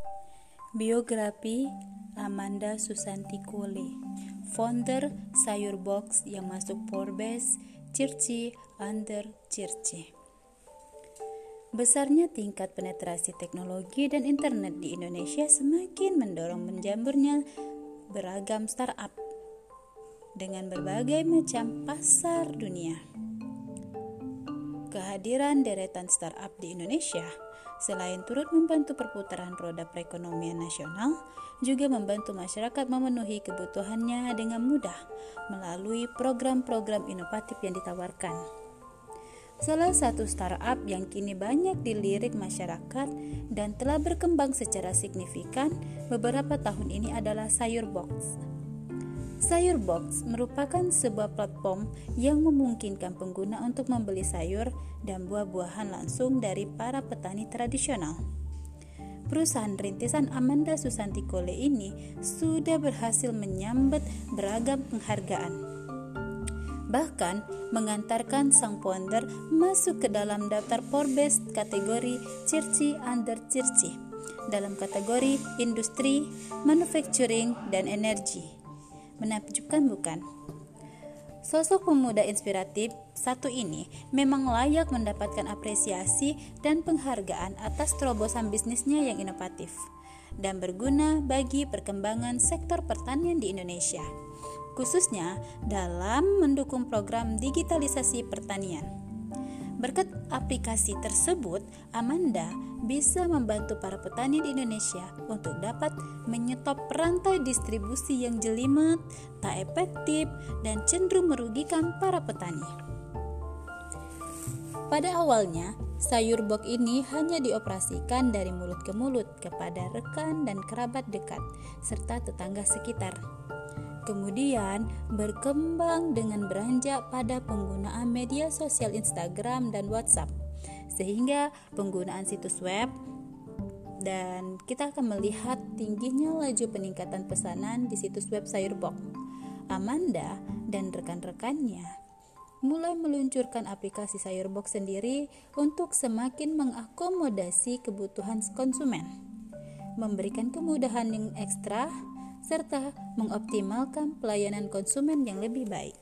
Biografi Amanda Susanti Kole, founder Sayur Box yang masuk Forbes Circi Under Circi. Besarnya tingkat penetrasi teknologi dan internet di Indonesia semakin mendorong menjamurnya beragam startup dengan berbagai macam pasar dunia. Kehadiran deretan startup di Indonesia selain turut membantu perputaran roda perekonomian nasional, juga membantu masyarakat memenuhi kebutuhannya dengan mudah melalui program-program inovatif yang ditawarkan. Salah satu startup yang kini banyak dilirik masyarakat dan telah berkembang secara signifikan beberapa tahun ini adalah Sayur Box. Sayur Box merupakan sebuah platform yang memungkinkan pengguna untuk membeli sayur dan buah-buahan langsung dari para petani tradisional. Perusahaan rintisan Amanda Susanti Kole ini sudah berhasil menyabet beragam penghargaan, bahkan mengantarkan sang founder masuk ke dalam daftar Forbes kategori Circi Under Circi dalam kategori industri, manufacturing, dan energi. Menakjubkan bukan? Sosok pemuda inspiratif satu ini memang layak mendapatkan apresiasi dan penghargaan atas terobosan bisnisnya yang inovatif dan berguna bagi perkembangan sektor pertanian di Indonesia, khususnya dalam mendukung program digitalisasi pertanian. Berkat aplikasi tersebut, Amanda bisa membantu para petani di Indonesia untuk dapat menyetop rantai distribusi yang jelimet, tak efektif, dan cenderung merugikan para petani. Pada awalnya, Sayur Box ini hanya dioperasikan dari mulut ke mulut kepada rekan dan kerabat dekat, serta tetangga sekitar. Kemudian berkembang dengan beranjak pada penggunaan media sosial Instagram dan WhatsApp, sehingga penggunaan situs web, dan kita akan melihat tingginya laju peningkatan pesanan di situs web Sayur Box. Amanda dan rekan-rekannya mulai meluncurkan aplikasi Sayur Box sendiri untuk semakin mengakomodasi kebutuhan konsumen, memberikan kemudahan yang ekstra, serta mengoptimalkan pelayanan konsumen yang lebih baik.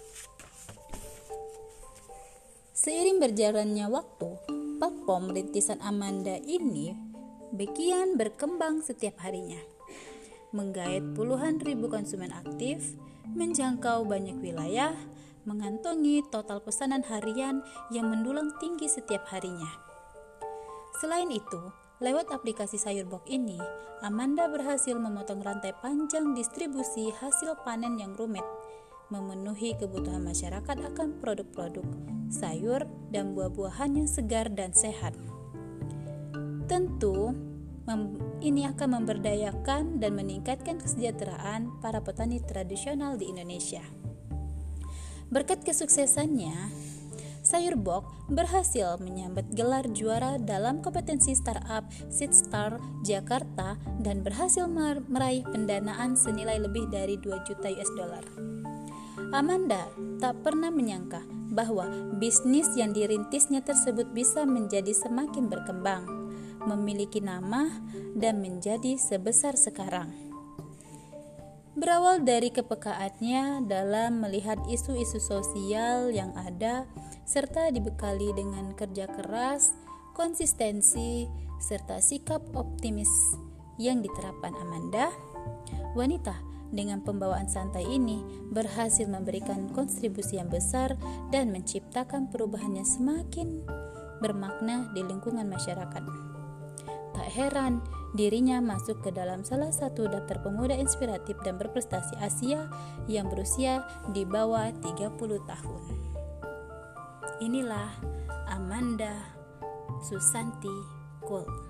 Seiring berjalannya waktu, platform rintisan Amanda ini kian berkembang setiap harinya, menggait puluhan ribu konsumen aktif, menjangkau banyak wilayah, mengantongi total pesanan harian yang mendulang tinggi setiap harinya. Selain itu, lewat aplikasi Sayur Box ini, Amanda berhasil memotong rantai panjang distribusi hasil panen yang rumit, memenuhi kebutuhan masyarakat akan produk-produk sayur dan buah-buahan yang segar dan sehat. Tentu, ini akan memberdayakan dan meningkatkan kesejahteraan para petani tradisional di Indonesia. Berkat kesuksesannya, Sayur Box berhasil menyabet gelar juara dalam kompetensi startup Seedstar Jakarta dan berhasil meraih pendanaan senilai lebih dari 2 juta US dollar. Amanda tak pernah menyangka bahwa bisnis yang dirintisnya tersebut bisa menjadi semakin berkembang, memiliki nama, dan menjadi sebesar sekarang. Berawal dari kepekaannya dalam melihat isu-isu sosial yang ada, serta dibekali dengan kerja keras, konsistensi, serta sikap optimis yang diterapkan Amanda, wanita dengan pembawaan santai ini berhasil memberikan kontribusi yang besar dan menciptakan perubahan yang semakin bermakna di lingkungan masyarakat. Tak heran dirinya masuk ke dalam salah satu daftar pemuda inspiratif dan berprestasi Asia yang berusia di bawah 30 tahun. Inilah Amanda Susanti Kole.